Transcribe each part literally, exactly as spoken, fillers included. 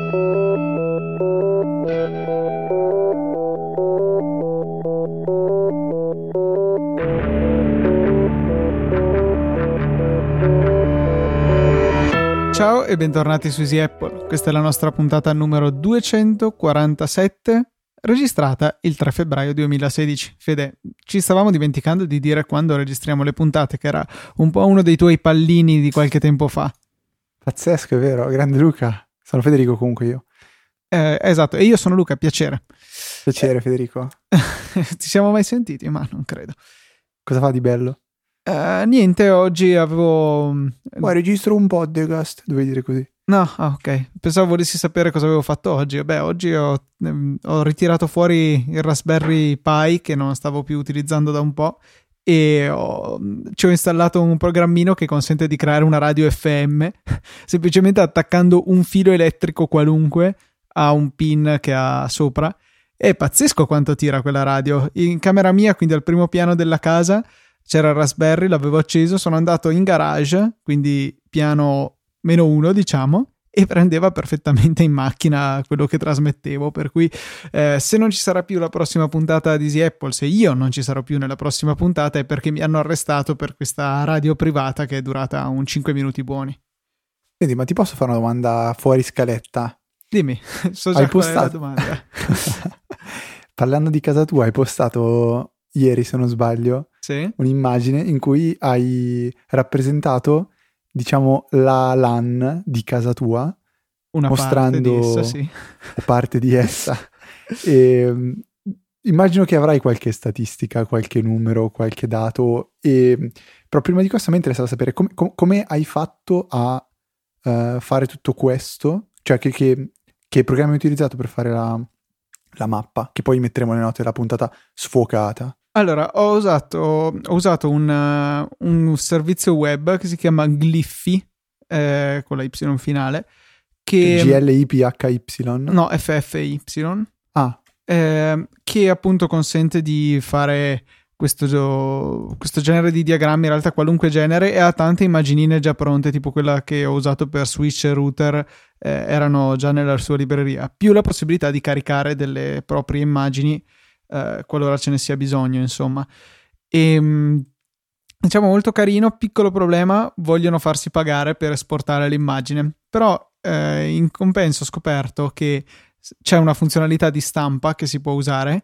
Ciao e bentornati su Easy Apple. Questa è la nostra puntata numero duecentoquarantasette, registrata il tre febbraio duemilasedici. Fede, ci stavamo dimenticando di dire quando registriamo le puntate, che era un po' uno dei tuoi pallini di qualche tempo fa. Pazzesco, è vero. Grande Luca. Sono Federico comunque io. Eh, esatto, e io sono Luca, piacere. Piacere, eh, Federico. Ci siamo mai sentiti? Ma non credo. Cosa fa di bello? Uh, niente, oggi avevo... Poi registro un podcast, dovevi dire così. No, ah, ok. Pensavo volessi sapere cosa avevo fatto oggi. Beh, oggi ho, ehm, ho ritirato fuori il Raspberry Pi che non stavo più utilizzando da un po' e ho, ci ho installato un programmino che consente di creare una radio F M semplicemente attaccando un filo elettrico qualunque a un pin che ha sopra. È pazzesco quanto tira quella radio. In camera mia, quindi al primo piano della casa, c'era il Raspberry, l'avevo acceso, sono andato in garage, quindi piano meno uno diciamo, e prendeva perfettamente in macchina quello che trasmettevo, per cui eh, se non ci sarà più la prossima puntata di Easy Apple, se io non ci sarò più nella prossima puntata, è perché mi hanno arrestato per questa radio privata che è durata un cinque minuti buoni. Senti, ma ti posso fare una domanda fuori scaletta? Dimmi, so già hai qual è la postato... domanda. Parlando di casa tua, hai postato ieri, se non sbaglio, sì? un'immagine in cui hai rappresentato, diciamo, la LAN di casa tua, una mostrando parte di essa, sì. parte di essa. E, immagino che avrai qualche statistica, qualche numero, qualche dato, e però prima di questo mi interessa sapere com- com- come hai fatto a uh, fare tutto questo, cioè che, che, che programma hai utilizzato per fare la, la mappa, che poi metteremo nelle note della puntata sfocata. Allora, ho usato, ho usato un, uh, un servizio web che si chiama Gliffy, eh, con la Y finale, che... G L I P H Y? No, F F Y. Ah. Eh, che appunto consente di fare questo, questo genere di diagrammi, in realtà qualunque genere, e ha tante immaginine già pronte, tipo quella che ho usato per switch e router, eh, erano già nella sua libreria, più la possibilità di caricare delle proprie immagini Uh, qualora ce ne sia bisogno, insomma. E diciamo molto carino. Piccolo problema: vogliono farsi pagare per esportare l'immagine, però eh, in compenso ho scoperto che c'è una funzionalità di stampa che si può usare,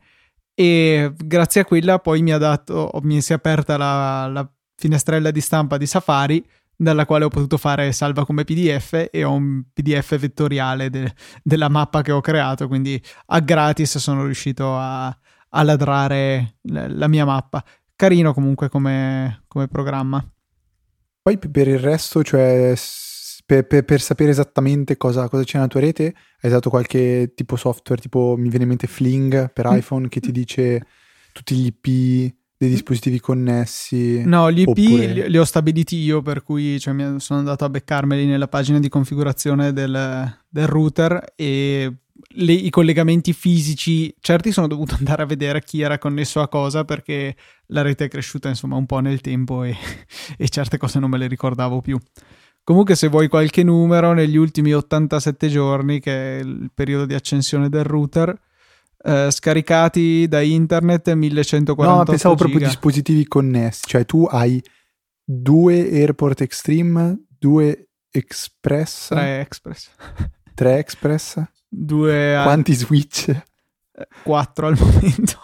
e grazie a quella poi mi ha dato mi si è aperta la, la finestrella di stampa di Safari, dalla quale ho potuto fare salva come P D F, e ho un P D F vettoriale de, della mappa che ho creato, quindi a gratis sono riuscito a a ladrare la mia mappa. Carino comunque come, come programma. Poi per il resto, cioè per, per, per sapere esattamente cosa, cosa c'è nella tua rete, hai usato qualche tipo software, tipo mi viene in mente Fling per iPhone, che ti dice tutti gli I P dei dispositivi connessi? No, gli I P oppure... li, li ho stabiliti io, per cui cioè, mi sono andato a beccarmeli nella pagina di configurazione del, del router, e Le, i collegamenti fisici certi sono dovuto andare a vedere chi era connesso a cosa, perché la rete è cresciuta insomma un po' nel tempo e, e certe cose non me le ricordavo più. Comunque, se vuoi qualche numero, negli ultimi ottantasette giorni, che è il periodo di accensione del router, eh, scaricati da internet millecentoquarantotto no, pensavo giga. proprio dispositivi connessi, cioè tu hai due AirPort Extreme, due Express, tre Express, tre Express, due quanti switch? quattro al momento.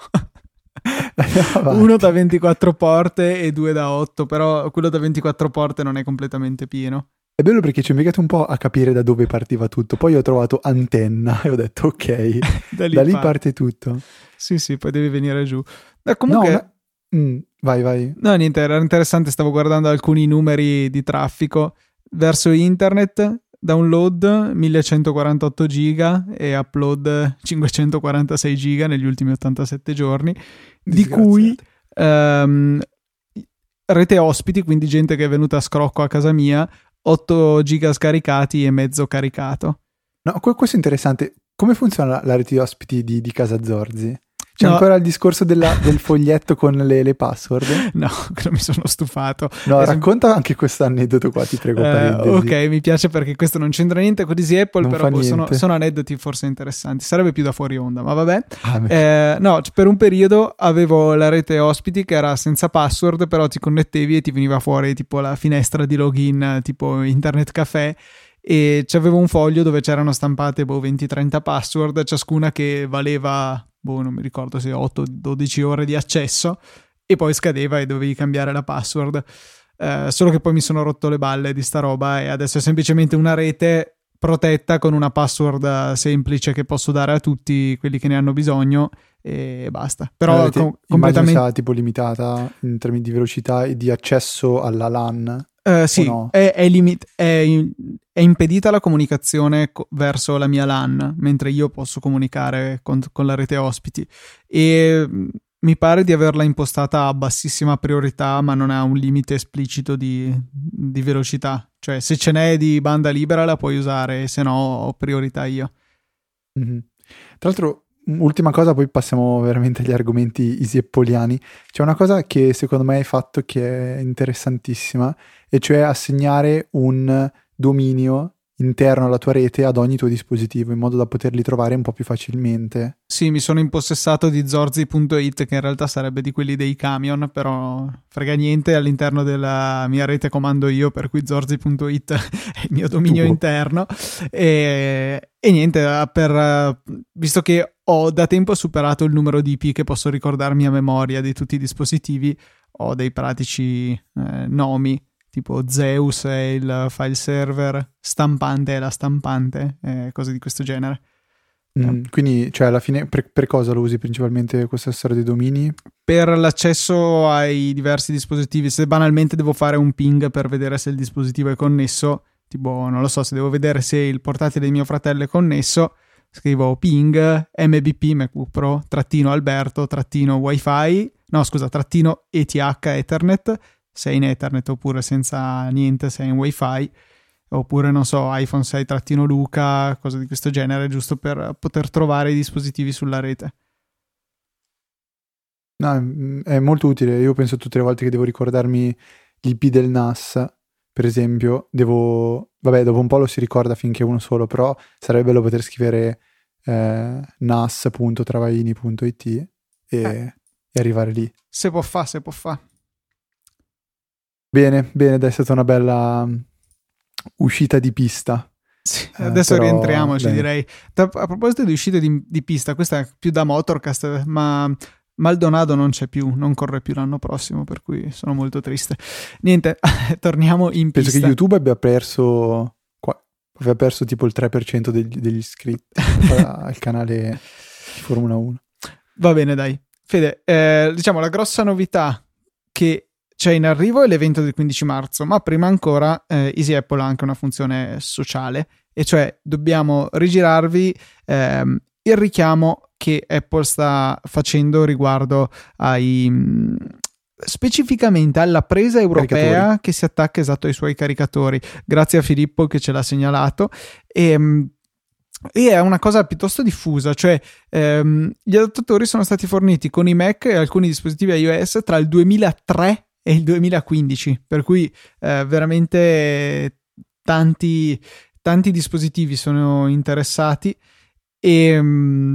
Uno da ventiquattro porte e due da otto, però quello da ventiquattro porte non è completamente pieno. È bello perché ci ho impiegato un po' a capire da dove partiva tutto, poi ho trovato antenna e ho detto ok, da lì, da lì parte tutto. Sì sì, poi devi venire giù. Ma comunque... No, ma... mm, vai vai. No, niente, era interessante, stavo guardando alcuni numeri di traffico verso internet. Download millecentoquarantotto giga e upload cinquecentoquarantasei giga negli ultimi ottantasette giorni, di cui um, rete ospiti, quindi gente che è venuta a scrocco a casa mia, otto giga scaricati e mezzo caricato. No, questo è interessante. Come funziona la, la rete ospiti di, di Casa Zorzi? C'è No. ancora il discorso della- del foglietto con le, le password? No, non mi sono stufato. No, È sem- racconta anche questo aneddoto qua, ti prego, Eh, parentesi. ok, mi piace perché questo non c'entra niente con Easy Apple, Non però fa boh, sono, niente. sono aneddoti forse interessanti. Sarebbe più da fuori onda, ma vabbè. Ah, beh. Eh, no, c- per un periodo avevo la rete ospiti che era senza password, però ti connettevi e ti veniva fuori tipo la finestra di login, eh, tipo Internet Café, e c'avevo un foglio dove c'erano stampate boh, venti trenta password, ciascuna che valeva, boh, non mi ricordo se otto dodici ore di accesso, e poi scadeva e dovevi cambiare la password. Eh, solo che poi mi sono rotto le balle di sta roba e adesso è semplicemente una rete protetta con una password eh, semplice che posso dare a tutti quelli che ne hanno bisogno e basta. Però Allora, ti- com- immagino completamente sia tipo limitata in termini di velocità e di accesso alla LAN. eh, sì, o no? è, è, limit- è, è impedita la comunicazione co- verso la mia LAN, mentre io posso comunicare con, con la rete ospiti. E mh, mi pare di averla impostata a bassissima priorità, ma non ha un limite esplicito di, di velocità. Cioè, se ce n'è di banda libera la puoi usare, se no ho priorità io. Mhm. Tra l'altro, ultima cosa, poi passiamo veramente agli argomenti easy appoliani. C'è una cosa che secondo me hai fatto che è interessantissima, e cioè assegnare un dominio interno alla tua rete ad ogni tuo dispositivo, in modo da poterli trovare un po' più facilmente. Sì, mi sono impossessato di zorzi punto it, che in realtà sarebbe di quelli dei camion, però frega niente, all'interno della mia rete comando io, per cui zorzi punto it è il mio dominio Tuo. interno. E, e niente, eh, per, eh, visto che ho da tempo superato il numero di I P che posso ricordarmi a memoria di tutti i dispositivi, ho dei pratici eh, nomi, tipo Zeus è il file server, stampante è la stampante, eh, cose di questo genere. Mm, quindi, cioè, alla fine, per, per cosa lo usi principalmente questa storia dei domini? Per l'accesso ai diversi dispositivi, se banalmente devo fare un ping per vedere se il dispositivo è connesso, tipo, non lo so, se devo vedere se il portatile di mio fratello è connesso, scrivo ping mbp MacBook Pro trattino Alberto trattino wifi, no scusa, trattino eth ethernet, se è in ethernet, oppure senza niente se è in wifi, oppure non so, iPhone sei trattino Luca, cose di questo genere, giusto per poter trovare i dispositivi sulla rete. No, è- è molto utile. Io penso tutte le volte che devo ricordarmi l'I P del N A S, per esempio, devo... Vabbè, dopo un po' lo si ricorda finché uno solo, però sarebbe bello poter scrivere eh, nas punto travaini punto it e, Eh. e arrivare lì. Se può fa, se può fa. Bene, bene, dai, è stata una bella mm, uscita di pista. Sì, Eh, adesso però, rientriamoci, dai. direi. Da- a proposito di uscite di, di pista, questa è più da Motorcast, ma Maldonado non c'è più, non corre più l'anno prossimo, per cui sono molto triste. Niente, torniamo in Penso pista. che YouTube abbia perso, qua- aveva perso tipo il tre per cento degli, degli iscritti al canale di Formula uno. Va bene, dai. Fede, eh, diciamo la grossa novità che c'è in arrivo è l'evento del quindici marzo, ma prima ancora eh, Easy Apple ha anche una funzione sociale, e cioè dobbiamo rigirarvi ehm, il richiamo che Apple sta facendo riguardo ai mh, specificamente alla presa europea Caricatori. che si attacca esatto ai suoi caricatori. Grazie a Filippo che ce l'ha segnalato. E mh, E è una cosa piuttosto diffusa, cioè ehm, gli adattatori sono stati forniti con i Mac e alcuni dispositivi iOS tra il duemilatré e il duemilaquindici, per cui eh, veramente tanti, tanti dispositivi sono interessati e, mm,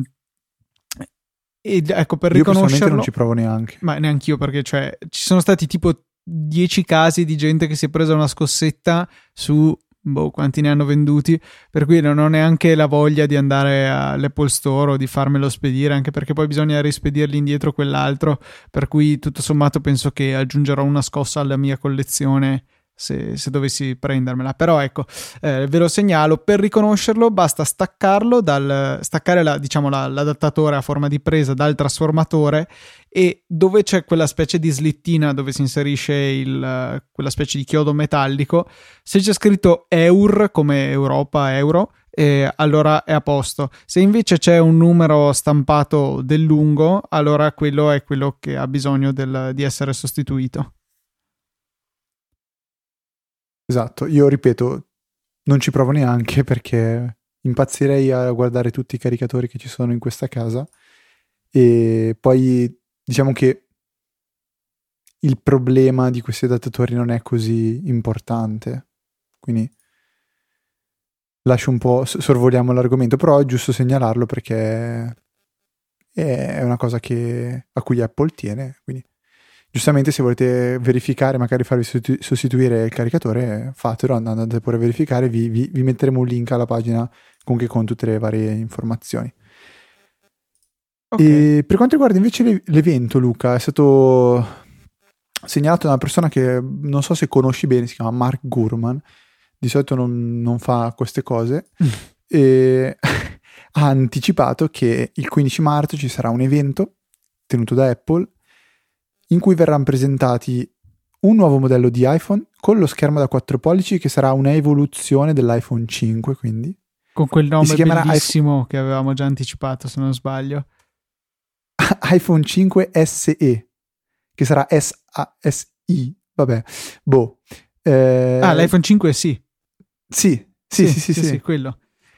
e ecco, per Io personalmente riconoscerlo, non ci provo neanche. ma neanch'io, perché cioè, ci sono stati tipo dieci casi di gente che si è presa una scossetta su boh, quanti ne hanno venduti, per cui non ho neanche la voglia di andare all'Apple Store o di farmelo spedire, anche perché poi bisogna rispedirgli indietro quell'altro, per cui tutto sommato penso che aggiungerò una scossa alla mia collezione se, se dovessi prendermela. Però ecco, eh, ve lo segnalo, per riconoscerlo basta staccarlo dal staccare la, diciamo la, l'adattatore a forma di presa dal trasformatore, e dove c'è quella specie di slittina dove si inserisce il, quella specie di chiodo metallico, se c'è scritto E U R come Europa, euro, eh, allora è a posto. Se invece c'è un numero stampato del lungo, allora quello è quello che ha bisogno del, di essere sostituito. Esatto, io ripeto, non ci provo neanche perché impazzirei a guardare tutti i caricatori che ci sono in questa casa E poi diciamo che il problema di questi adattatori non è così importante, quindi lascio un po', sorvoliamo l'argomento, però è giusto segnalarlo perché è una cosa che, a cui Apple tiene, quindi giustamente se volete verificare, magari farvi sostituire il caricatore, fatelo, andate pure a verificare, vi, vi, vi metteremo un link alla pagina comunque con tutte le varie informazioni. Okay. E per quanto riguarda invece l'evento, Luca, è stato segnalato da una persona che non so se conosci bene, si chiama Mark Gurman, di solito non, non fa queste cose, mm. e ha anticipato che il quindici marzo ci sarà un evento tenuto da Apple in cui verranno presentati un nuovo modello di iPhone con lo schermo da quattro pollici che sarà una evoluzione dell'iPhone cinque, quindi con quel nome bellissimo iPhone... che avevamo già anticipato, se non sbaglio. iPhone cinque S E, che sarà S A S I, vabbè, boh. Eh... Ah, l'iPhone cinque sì. Sì, sì, sì, sì, sì, sì, sì. sì quello.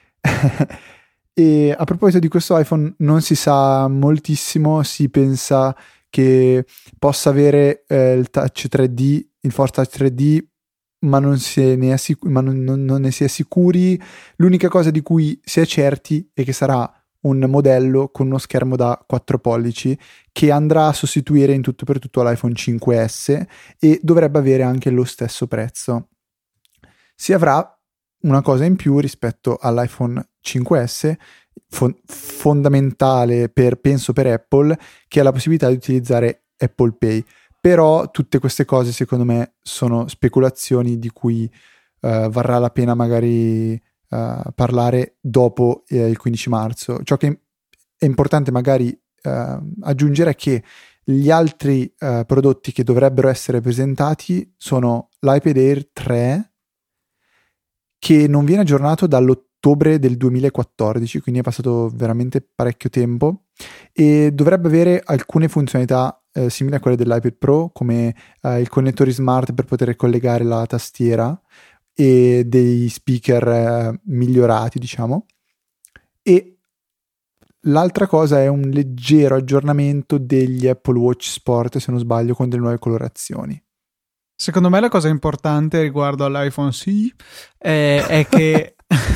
E a proposito di questo iPhone non si sa moltissimo, si pensa che possa avere eh, il Touch tre D, il Force Touch tre D, ma non, se ne è sic- ma non, non, non ne si è sicuri. L'unica cosa di cui si è certi è che sarà un modello con uno schermo da quattro pollici che andrà a sostituire in tutto per tutto l'iPhone cinque S e dovrebbe avere anche lo stesso prezzo. Si avrà una cosa in più rispetto all'iPhone cinque S, fon- fondamentale per, penso per Apple, che è la possibilità di utilizzare Apple Pay. Però tutte queste cose secondo me sono speculazioni di cui uh, varrà la pena magari uh, parlare dopo eh, il quindici marzo. Ciò che è importante magari uh, aggiungere è che gli altri uh, prodotti che dovrebbero essere presentati sono l'iPad Air tre, che non viene aggiornato dall'ottobre del duemilaquattordici, quindi è passato veramente parecchio tempo, e dovrebbe avere alcune funzionalità eh, simili a quelle dell'iPad Pro, come eh, il connettore smart per poter collegare la tastiera e dei speaker eh, migliorati, diciamo. E l'altra cosa è un leggero aggiornamento degli Apple Watch Sport, se non sbaglio, con delle nuove colorazioni. Secondo me la cosa importante riguardo all'iPhone S E è, è che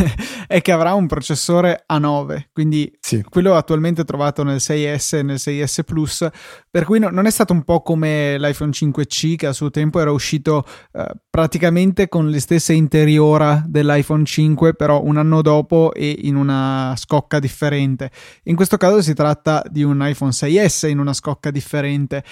è che avrà un processore A nove, quindi sì. Quello attualmente trovato nel sei S e nel sei S Plus, per cui no, non è stato un po' come l'iPhone cinque C che a suo tempo era uscito eh, praticamente con le stesse interiora dell'iPhone cinque, però un anno dopo e in una scocca differente. In questo caso si tratta di un iPhone sei S in una scocca differente,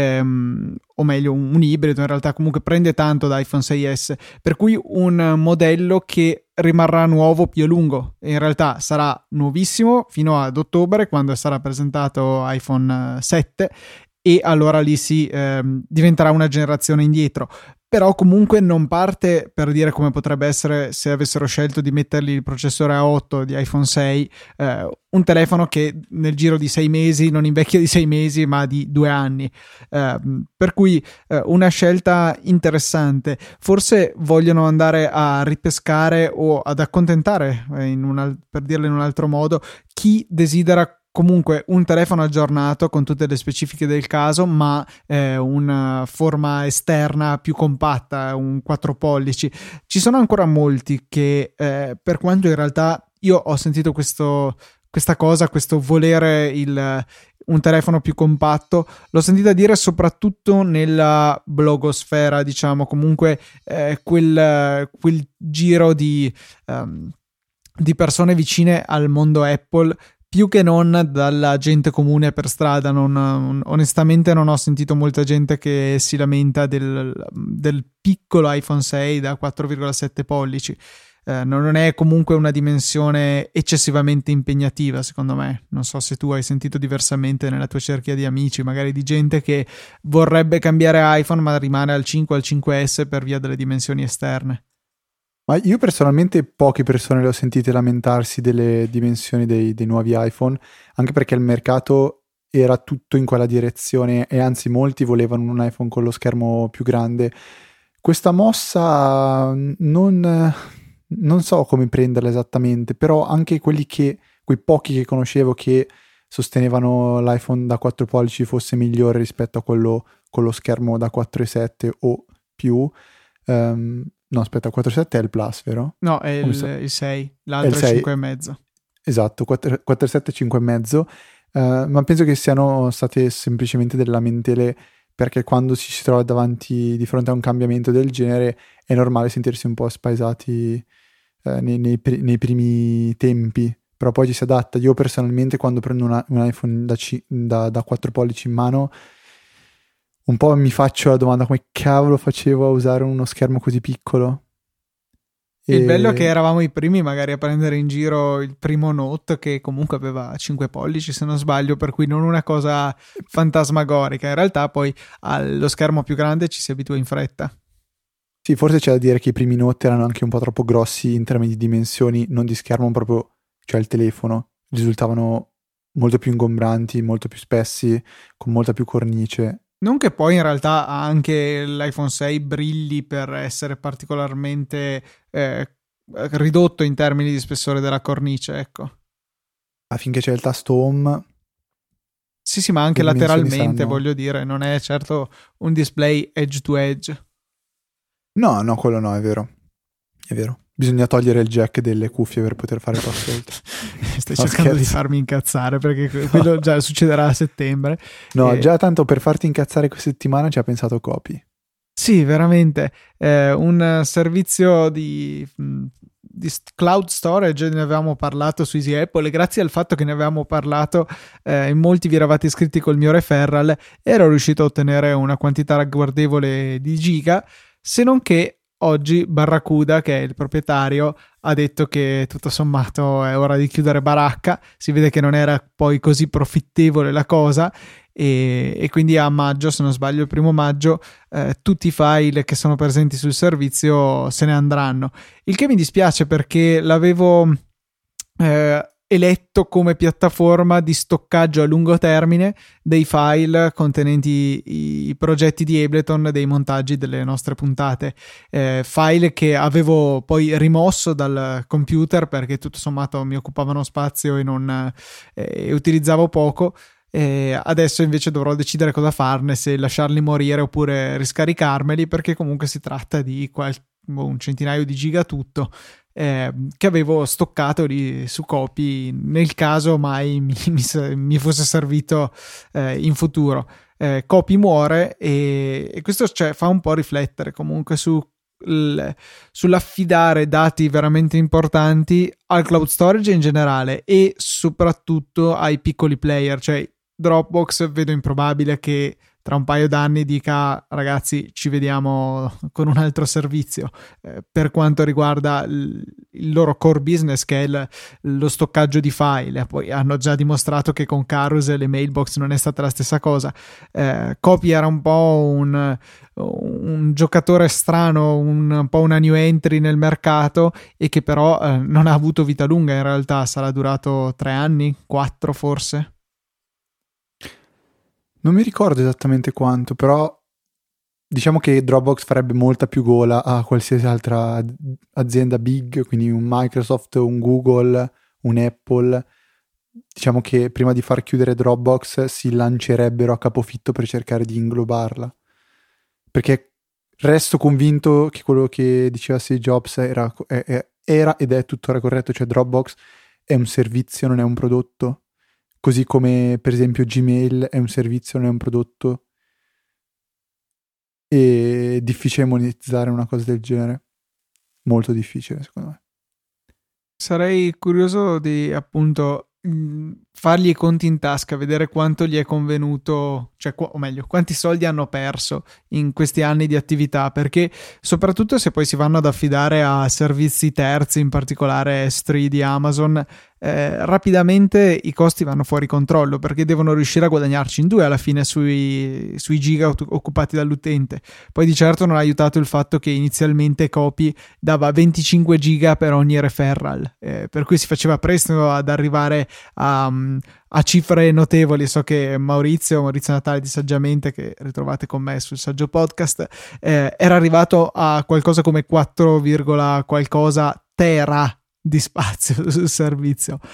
ehm, o meglio un, un ibrido, in realtà comunque prende tanto da iPhone sei S, per cui un modello che rimarrà nuovo più a lungo. In realtà sarà nuovissimo fino ad ottobre, quando sarà presentato iPhone sette, e allora lì si eh, diventerà una generazione indietro. Però comunque non parte, per dire come potrebbe essere se avessero scelto di mettergli il processore A otto di iPhone sei, eh, un telefono che nel giro di sei mesi non invecchia di sei mesi ma di due anni, eh, per cui eh, una scelta interessante. Forse vogliono andare a ripescare o ad accontentare, eh, in una, per dirlo in un altro modo, chi desidera comunque un telefono aggiornato con tutte le specifiche del caso, ma eh, una forma esterna più compatta, un quattro pollici. Ci sono ancora molti che eh, per quanto in realtà io ho sentito questo, questa cosa, questo volere il, un telefono più compatto, l'ho sentita dire soprattutto nella blogosfera, diciamo, comunque eh, quel, quel giro di, um, di persone vicine al mondo Apple, più che non dalla gente comune per strada. Non, onestamente non ho sentito molta gente che si lamenta del, del piccolo iPhone sei da quattro virgola sette pollici. Eh, non è comunque una dimensione eccessivamente impegnativa, secondo me. Non so se tu hai sentito diversamente nella tua cerchia di amici, magari di gente che vorrebbe cambiare iPhone ma rimane al cinque, al cinque S per via delle dimensioni esterne. Ma io personalmente poche persone le ho sentite lamentarsi delle dimensioni dei, dei nuovi iPhone, anche perché il mercato era tutto in quella direzione e anzi molti volevano un iPhone con lo schermo più grande. Questa mossa non, non so come prenderla esattamente, però anche quelli che, quei pochi che conoscevo che sostenevano l'iPhone da quattro pollici fosse migliore rispetto a quello con lo schermo da quattro virgola sette o più. Um, no, aspetta, quattro virgola sette è il Plus, vero? No, è il, il sei, l'altro è, è cinque virgola cinque. Esatto, quattro virgola sette, cinque virgola cinque. Uh, ma penso che siano state semplicemente delle lamentele, perché quando ci si trova davanti di fronte a un cambiamento del genere è normale sentirsi un po' spaesati eh, nei, nei, nei primi tempi, però poi ci si adatta. Io personalmente quando prendo una, un iPhone da, c- da, da quattro pollici in mano un po' mi faccio la domanda: come cavolo facevo a usare uno schermo così piccolo? E... il bello è che eravamo i primi magari a prendere in giro il primo Note, che comunque aveva cinque pollici se non sbaglio, per cui non una cosa fantasmagorica. In realtà poi allo schermo più grande ci si abitua in fretta. Sì, forse c'è da dire che i primi Note erano anche un po' troppo grossi in termini di dimensioni, non di schermo proprio, cioè il telefono. Risultavano molto più ingombranti, molto più spessi, con molta più cornice. Non che poi in realtà anche l'iPhone sei brilli per essere particolarmente eh, ridotto in termini di spessore della cornice, ecco. Affinché c'è il tasto home. Sì, sì, ma anche lateralmente, saranno... voglio dire, non è certo un display edge to edge. No, no, quello no, è vero. È vero. Bisogna togliere il jack delle cuffie per poter fare passo oltre. Stai no, cercando scherzo. di farmi incazzare, perché quello no. già succederà a settembre. No, e... già tanto per farti incazzare questa settimana ci ha pensato Copy. Sì, veramente. Eh, un servizio di, di cloud storage, ne avevamo parlato su Easy Apple, e grazie al fatto che ne avevamo parlato eh, in molti vi eravate iscritti col mio referral, ero riuscito a ottenere una quantità ragguardevole di giga, se non che oggi Barracuda, che è il proprietario, ha detto che tutto sommato è ora di chiudere baracca. Si vede che non era poi così profittevole la cosa, e, e quindi a maggio, se non sbaglio il primo maggio, eh, tutti i file che sono presenti sul servizio se ne andranno, il che mi dispiace perché l'avevo eh, eletto come piattaforma di stoccaggio a lungo termine dei file contenenti i, i progetti di Ableton, dei montaggi delle nostre puntate, eh, file che avevo poi rimosso dal computer perché tutto sommato mi occupavano spazio e non eh, utilizzavo poco. E adesso invece dovrò decidere cosa farne, se lasciarli morire oppure riscaricarmeli, perché comunque si tratta di qual- un centinaio di giga tutto, Eh, che avevo stoccato lì su Copy nel caso mai mi, mi, mi fosse servito eh, in futuro. eh, Copy muore e, e questo cioè, fa un po' riflettere comunque su l, sull'affidare dati veramente importanti al cloud storage in generale e soprattutto ai piccoli player. Cioè Dropbox vedo improbabile che tra un paio d'anni dica: ragazzi, ci vediamo con un altro servizio. Eh, per quanto riguarda l- il loro core business, che è il, lo stoccaggio di file, poi hanno già dimostrato che con Carousel e Mailbox non è stata la stessa cosa. eh, Copy era un po' un, un giocatore strano, un, un po' una new entry nel mercato, e che però eh, non ha avuto vita lunga. In realtà sarà durato tre anni, quattro forse. Non mi ricordo esattamente quanto, però diciamo che Dropbox farebbe molta più gola a qualsiasi altra azienda big, quindi un Microsoft, un Google, un Apple. Diciamo che prima di far chiudere Dropbox si lancerebbero a capofitto per cercare di inglobarla, perché resto convinto che quello che diceva Steve Jobs era, era ed è tuttora corretto, cioè Dropbox è un servizio, non è un prodotto. Così come per esempio Gmail è un servizio, non è un prodotto. E è difficile monetizzare una cosa del genere. Molto difficile, secondo me. Sarei curioso di appunto mh, fargli i conti in tasca, vedere quanto gli è convenuto, cioè, qu- o meglio, quanti soldi hanno perso in questi anni di attività, perché soprattutto se poi si vanno ad affidare a servizi terzi, in particolare S tre di Amazon, Eh, rapidamente i costi vanno fuori controllo, perché devono riuscire a guadagnarci in due alla fine sui, sui giga occupati dall'utente. Poi di certo non ha aiutato il fatto che inizialmente Copy dava venticinque giga per ogni referral, eh, per cui si faceva presto ad arrivare a, a cifre notevoli. So che Maurizio Maurizio Natale di Saggiamente, che ritrovate con me sul Saggio Podcast, eh, era arrivato a qualcosa come quattro, qualcosa tera di spazio sul servizio.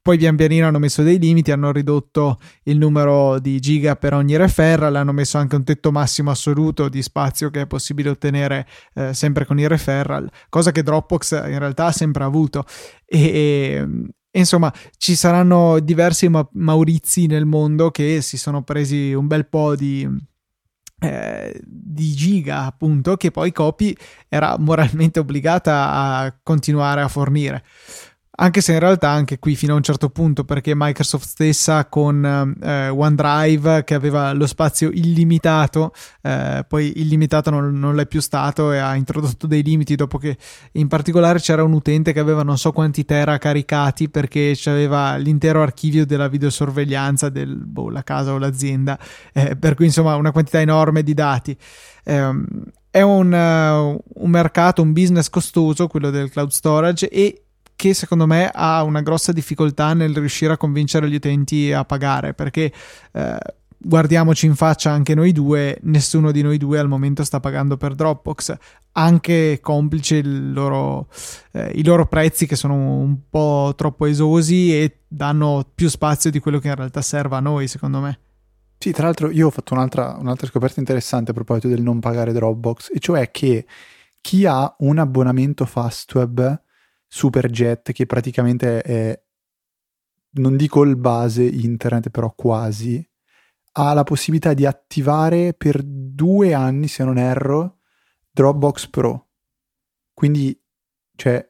poi pian pianino hanno messo dei limiti, hanno ridotto il numero di giga per ogni referral, hanno messo anche un tetto massimo assoluto di spazio che è possibile ottenere eh, sempre con i referral, cosa che Dropbox in realtà ha sempre avuto. E, e insomma ci saranno diversi ma- Maurizi nel mondo che si sono presi un bel po' di Eh, di giga, appunto, che poi Copy era moralmente obbligata a continuare a fornire, anche se in realtà anche qui fino a un certo punto, perché Microsoft stessa con eh, OneDrive, che aveva lo spazio illimitato, eh, poi illimitato non, non l'è più stato e ha introdotto dei limiti, dopo che in particolare c'era un utente che aveva non so quanti tera caricati perché c'aveva l'intero archivio della videosorveglianza della boh, casa o l'azienda, eh, per cui insomma una quantità enorme di dati. Eh, è un, uh, un mercato, un business costoso quello del cloud storage, e che secondo me ha una grossa difficoltà nel riuscire a convincere gli utenti a pagare, perché eh, guardiamoci in faccia anche noi due, nessuno di noi due al momento sta pagando per Dropbox, anche complice il loro, eh, i loro prezzi che sono un po' troppo esosi e danno più spazio di quello che in realtà serve a noi, secondo me. Sì, tra l'altro io ho fatto un'altra, un'altra scoperta interessante a proposito del non pagare Dropbox, e cioè che chi ha un abbonamento Fastweb Superjet, che praticamente è, non dico il base internet, però quasi, ha la possibilità di attivare per due anni, se non erro, Dropbox Pro. Quindi, cioè,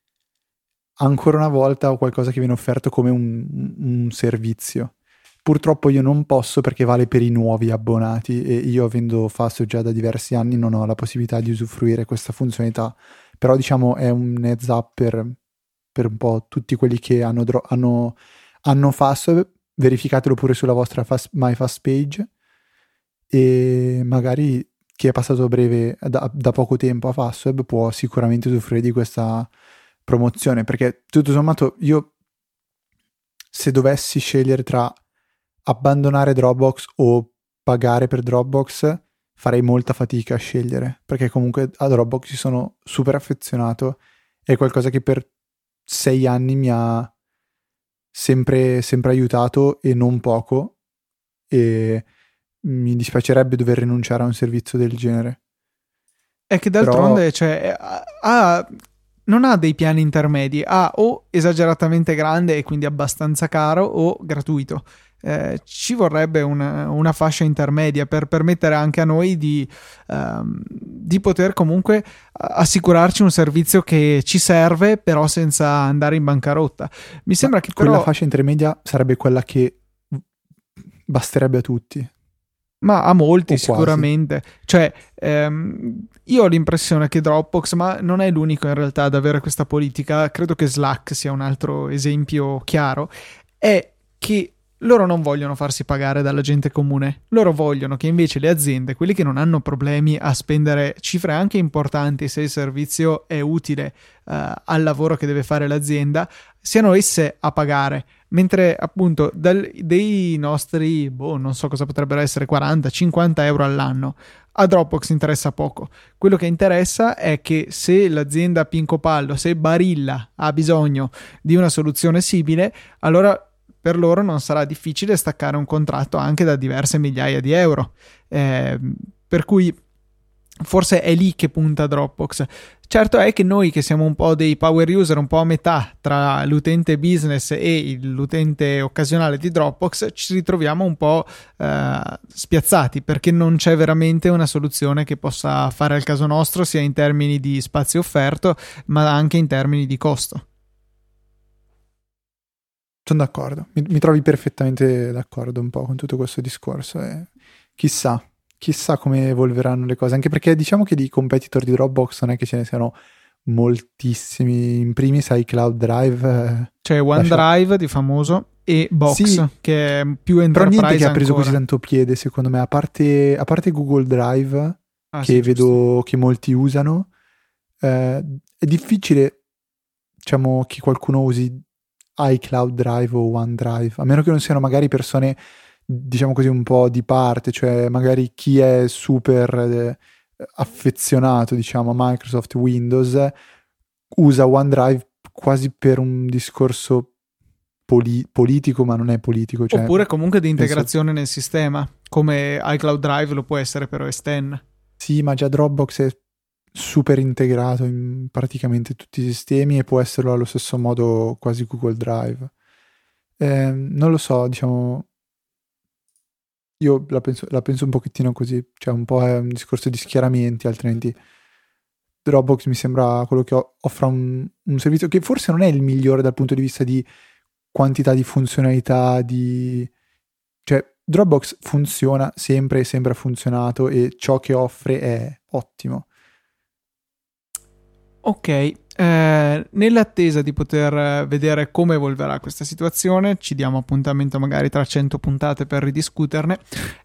ancora una volta ho qualcosa che viene offerto come un, un servizio. Purtroppo io non posso, perché vale per i nuovi abbonati, e io, avendo Fastweb già da diversi anni, non ho la possibilità di usufruire questa funzionalità. Però diciamo è un heads up per, per un po' tutti quelli che hanno, hanno, hanno Fastweb. Verificatelo pure sulla vostra fast, My Fast page, e magari chi è passato breve da, da poco tempo a Fastweb può sicuramente usufruire di questa promozione, perché tutto sommato io, se dovessi scegliere tra abbandonare Dropbox o pagare per Dropbox, farei molta fatica a scegliere, perché comunque a Dropbox ci sono super affezionato, è qualcosa che per sei anni mi ha sempre, sempre aiutato, e non poco, e mi dispiacerebbe dover rinunciare a un servizio del genere. È che d'altronde Però... cioè, ha, non ha dei piani intermedi, ha o esageratamente grande e quindi abbastanza caro, o gratuito. Eh, ci vorrebbe una, una fascia intermedia per permettere anche a noi di, um, di poter comunque assicurarci un servizio che ci serve, però senza andare in bancarotta. Mi sembra Ma che però... quella fascia intermedia sarebbe quella che basterebbe a tutti. Ma a molti sicuramente. Cioè, ehm, io ho l'impressione che Dropbox, ma non è l'unico in realtà ad avere questa politica, credo che Slack sia un altro esempio chiaro, è che loro non vogliono farsi pagare dalla gente comune, loro vogliono che invece le aziende, quelli che non hanno problemi a spendere cifre anche importanti se il servizio è utile uh, al lavoro che deve fare l'azienda, siano esse a pagare, mentre appunto dal, dei nostri, boh, non so cosa potrebbero essere, quaranta cinquanta euro all'anno, a Dropbox interessa poco. Quello che interessa è che se l'azienda Pinco Pallo, se Barilla ha bisogno di una soluzione simile, allora per loro non sarà difficile staccare un contratto anche da diverse migliaia di euro, eh, per cui forse è lì che punta Dropbox. Certo è che noi, che siamo un po' dei power user, un po' a metà tra l'utente business e l'utente occasionale di Dropbox, ci ritroviamo un po' eh, spiazzati, perché non c'è veramente una soluzione che possa fare al caso nostro, sia in termini di spazio offerto ma anche in termini di costo. Sono d'accordo, mi, mi trovi perfettamente d'accordo un po' con tutto questo discorso, e chissà, chissà come evolveranno le cose, anche perché diciamo che di competitor di Dropbox non è che ce ne siano moltissimi. In primis hai Cloud Drive, eh, c'è OneDrive lascia... di famoso, e Box, sì, che è più enterprise. Però niente che ancora. ha preso così tanto piede, secondo me, a parte, a parte Google Drive, ah, che sì, vedo giusto. Che molti usano, eh, è difficile, diciamo, che qualcuno usi iCloud Drive o OneDrive, a meno che non siano magari persone, diciamo così, un po' di parte, cioè magari chi è super eh, affezionato, diciamo, a Microsoft Windows usa OneDrive quasi per un discorso poli- politico, ma non è politico. Cioè, oppure comunque di integrazione penso... nel sistema, come iCloud Drive lo può essere per O S X. Sì, ma già Dropbox è super integrato in praticamente tutti i sistemi e può esserlo allo stesso modo quasi Google Drive. Eh, non lo so, diciamo, io la penso, la penso un pochettino così, cioè un po' è un discorso di schieramenti, altrimenti Dropbox mi sembra quello che offra un, un servizio che forse non è il migliore dal punto di vista di quantità di funzionalità, di... cioè Dropbox funziona sempre e sempre ha funzionato e ciò che offre è ottimo. Ok, eh, nell'attesa di poter vedere come evolverà questa situazione, ci diamo appuntamento magari tra cento puntate per ridiscuterne,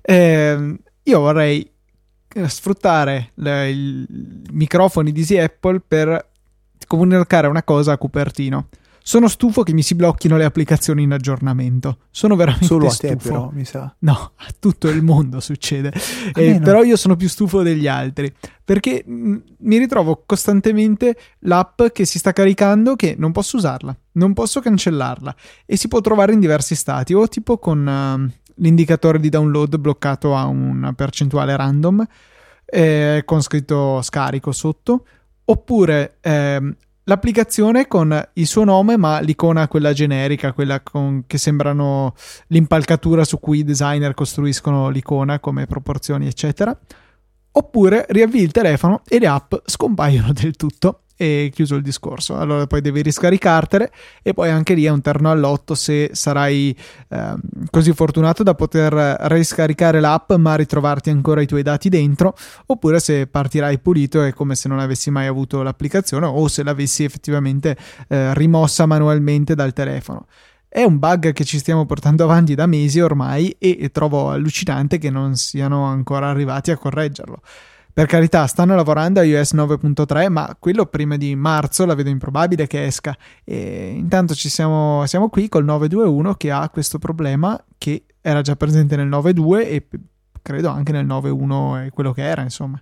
eh, io vorrei sfruttare le, i microfoni di Easy Apple per comunicare una cosa a Cupertino. Sono stufo che mi si blocchino le applicazioni in aggiornamento. Sono veramente Solo a stufo. te però, mi sa. No, a tutto il mondo succede. Eh, no. Però io sono più stufo degli altri. Perché mh, mi ritrovo costantemente l'app che si sta caricando che non posso usarla. Non posso cancellarla. E si può trovare in diversi stati. O tipo con uh, l'indicatore di download bloccato a una percentuale random. Eh, con scritto scarico sotto. Oppure... Eh, l'applicazione con il suo nome ma l'icona quella generica, quella con, che sembrano l'impalcatura su cui i designer costruiscono l'icona come proporzioni eccetera, oppure riavvii il telefono e le app scompaiono del tutto e chiuso il discorso. Allora poi devi riscaricartele e poi anche lì è un terno all'otto se sarai eh, così fortunato da poter riscaricare l'app ma ritrovarti ancora i tuoi dati dentro, oppure se partirai pulito è come se non avessi mai avuto l'applicazione o se l'avessi effettivamente eh, rimossa manualmente dal telefono. È un bug che ci stiamo portando avanti da mesi ormai e trovo allucinante che non siano ancora arrivati a correggerlo. Per carità, stanno lavorando a iOS nove punto tre, ma quello prima di marzo la vedo improbabile che esca. E intanto ci siamo, siamo qui col nove due uno che ha questo problema che era già presente nel nove due e credo anche nel nove uno è quello che era, insomma.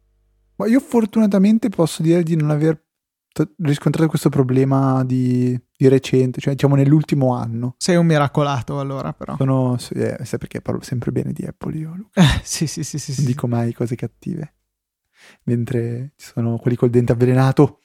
Ma io fortunatamente posso dire di non aver t- riscontrato questo problema di, di recente, cioè diciamo nell'ultimo anno. Sei un miracolato allora, però. Sono, eh, sai perché parlo sempre bene di Apple io, Luca. Eh, sì, sì, sì, sì. Non sì. dico mai cose cattive. Mentre ci sono quelli col dente avvelenato.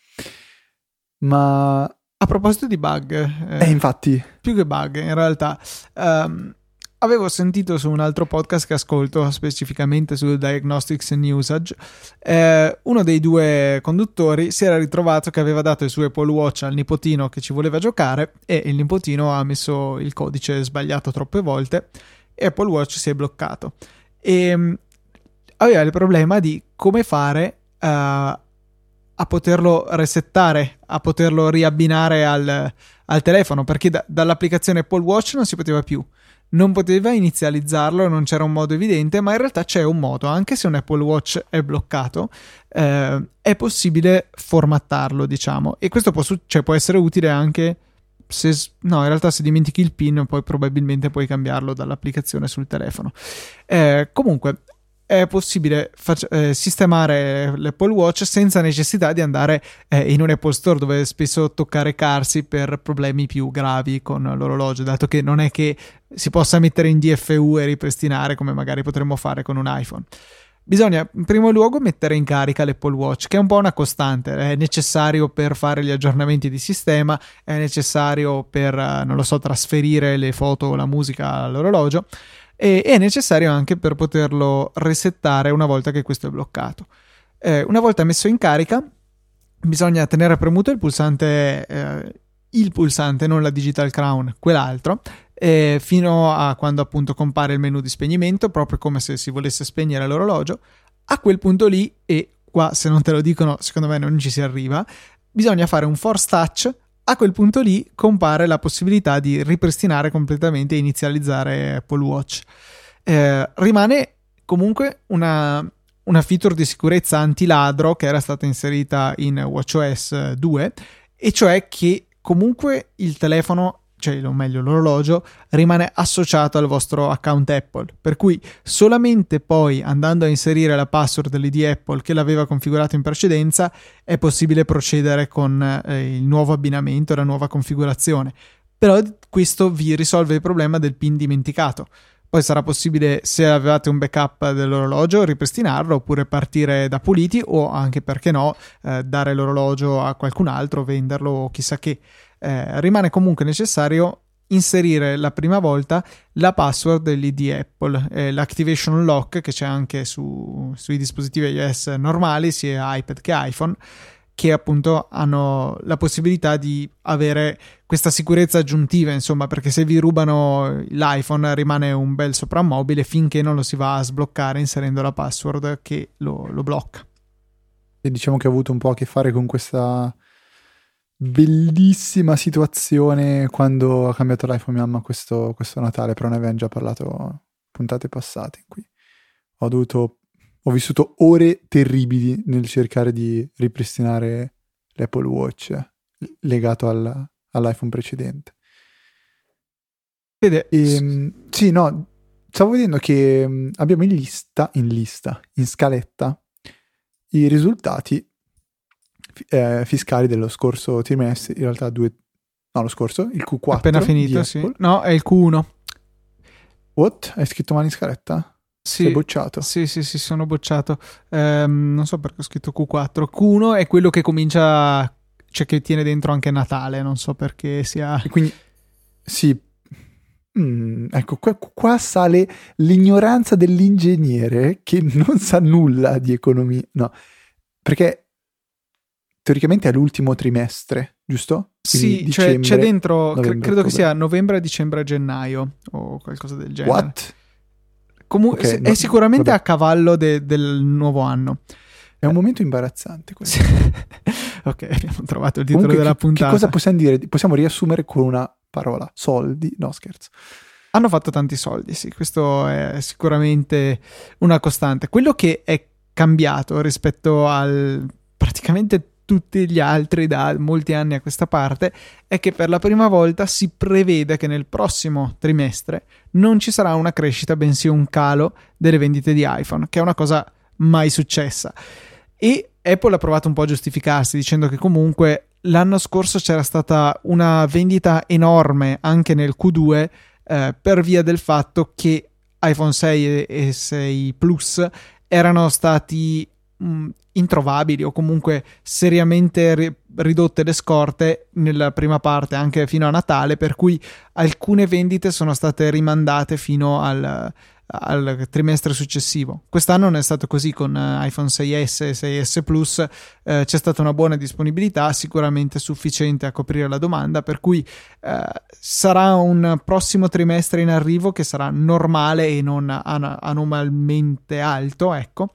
Ma a proposito di bug, eh, eh, infatti, più che bug, in realtà, um, avevo sentito su un altro podcast che ascolto specificamente sul Diagnostics and Usage, eh, uno dei due conduttori si era ritrovato che aveva dato il suo Apple Watch al nipotino che ci voleva giocare e il nipotino ha messo il codice sbagliato troppe volte e Apple Watch si è bloccato. E aveva il problema di come fare uh, a poterlo resettare, a poterlo riabbinare al, al telefono, perché da, dall'applicazione Apple Watch non si poteva più, non poteva inizializzarlo, non c'era un modo evidente, ma in realtà c'è un modo, anche se un Apple Watch è bloccato, eh, è possibile formattarlo, diciamo, e questo può, cioè, può essere utile anche se, no, in realtà se dimentichi il PIN poi probabilmente puoi cambiarlo dall'applicazione sul telefono. Eh, comunque è possibile fac- eh, sistemare l'Apple Watch senza necessità di andare eh, in un Apple Store dove spesso tocca recarsi per problemi più gravi con l'orologio, dato che non è che si possa mettere in D F U e ripristinare come magari potremmo fare con un iPhone. Bisogna in primo luogo mettere in carica l'Apple Watch, che è un po' una costante, è necessario per fare gli aggiornamenti di sistema, è necessario per, non lo so, trasferire le foto o la musica all'orologio, e è necessario anche per poterlo resettare una volta che questo è bloccato. Eh, una volta messo in carica bisogna tenere premuto il pulsante, eh, il pulsante, non la Digital Crown, quell'altro, eh, fino a quando appunto compare il menu di spegnimento, proprio come se si volesse spegnere l'orologio. A quel punto lì, e qua se non te lo dicono secondo me non ci si arriva, bisogna fare un force touch. A quel punto lì compare la possibilità di ripristinare completamente e inizializzare Apple Watch. Eh, rimane comunque una, una feature di sicurezza antiladro che era stata inserita in WatchOS due, e cioè che comunque il telefono, cioè o meglio l'orologio, rimane associato al vostro account Apple, per cui solamente poi andando a inserire la password dell'I D Apple che l'aveva configurato in precedenza è possibile procedere con eh, il nuovo abbinamento, la nuova configurazione. Però questo vi risolve il problema del PIN dimenticato. Poi sarà possibile, se avevate un backup dell'orologio, ripristinarlo oppure partire da puliti, o anche, perché no, eh, dare l'orologio a qualcun altro, venderlo o chissà che. Eh, rimane comunque necessario inserire la prima volta la password dell'I D Apple, eh, l'activation lock che c'è anche su, sui dispositivi iOS normali, sia iPad che iPhone, che appunto hanno la possibilità di avere questa sicurezza aggiuntiva, insomma, perché se vi rubano l'iPhone rimane un bel soprammobile finché non lo si va a sbloccare inserendo la password che lo, lo blocca. E diciamo che ho avuto un po' a che fare con questa bellissima situazione quando ha cambiato l'iPhone mia mamma questo, questo Natale, però ne avevamo già parlato puntate passate in cui ho dovuto ho vissuto ore terribili nel cercare di ripristinare l'Apple Watch legato al, all'iPhone precedente. Vede, e, sì, no, stavo vedendo che abbiamo in lista, in lista, in scaletta, i risultati eh, fiscali dello scorso trimestre, in realtà due, no, lo scorso, il Q quattro. Appena finito, sì. No, è il Q uno. What? Hai scritto male in scaletta? Sì, sei bocciato? Sì, sì, sì, sono bocciato. Um, non so perché ho scritto Q quattro. Q uno è quello che comincia, cioè che tiene dentro anche Natale, non so perché sia... E quindi, sì, mm, ecco, qua, qua sale l'ignoranza dell'ingegnere che non sa nulla di economia, no, perché teoricamente è l'ultimo trimestre, giusto? Quindi sì, dicembre, cioè c'è dentro, novembre, cre- credo ottobre. che sia novembre, dicembre, gennaio o qualcosa del genere. What? Comunque Okay, è no, sicuramente vabbè. a cavallo de- del nuovo anno. È un momento imbarazzante questo. Ok, abbiamo trovato il titolo Comunque, della che, puntata. che cosa possiamo dire? Possiamo riassumere con una parola: soldi. No, scherzo. Hanno fatto tanti soldi, sì, questo è sicuramente una costante. Quello che è cambiato rispetto al praticamente tutti gli altri da molti anni a questa parte è che per la prima volta si prevede che nel prossimo trimestre non ci sarà una crescita, bensì un calo delle vendite di iPhone, che è una cosa mai successa. E Apple ha provato un po' a giustificarsi dicendo che comunque l'anno scorso c'era stata una vendita enorme anche nel Q due eh, per via del fatto che iPhone sei e sei Plus erano stati mh, introvabili o comunque seriamente ri- ridotte le scorte nella prima parte anche fino a Natale, per cui alcune vendite sono state rimandate fino al, al trimestre successivo. Quest'anno non è stato così con iPhone sei S e sei S Plus, eh, c'è stata una buona disponibilità, sicuramente sufficiente a coprire la domanda, per cui eh, sarà un prossimo trimestre in arrivo che sarà normale e non an- anormalmente alto, ecco.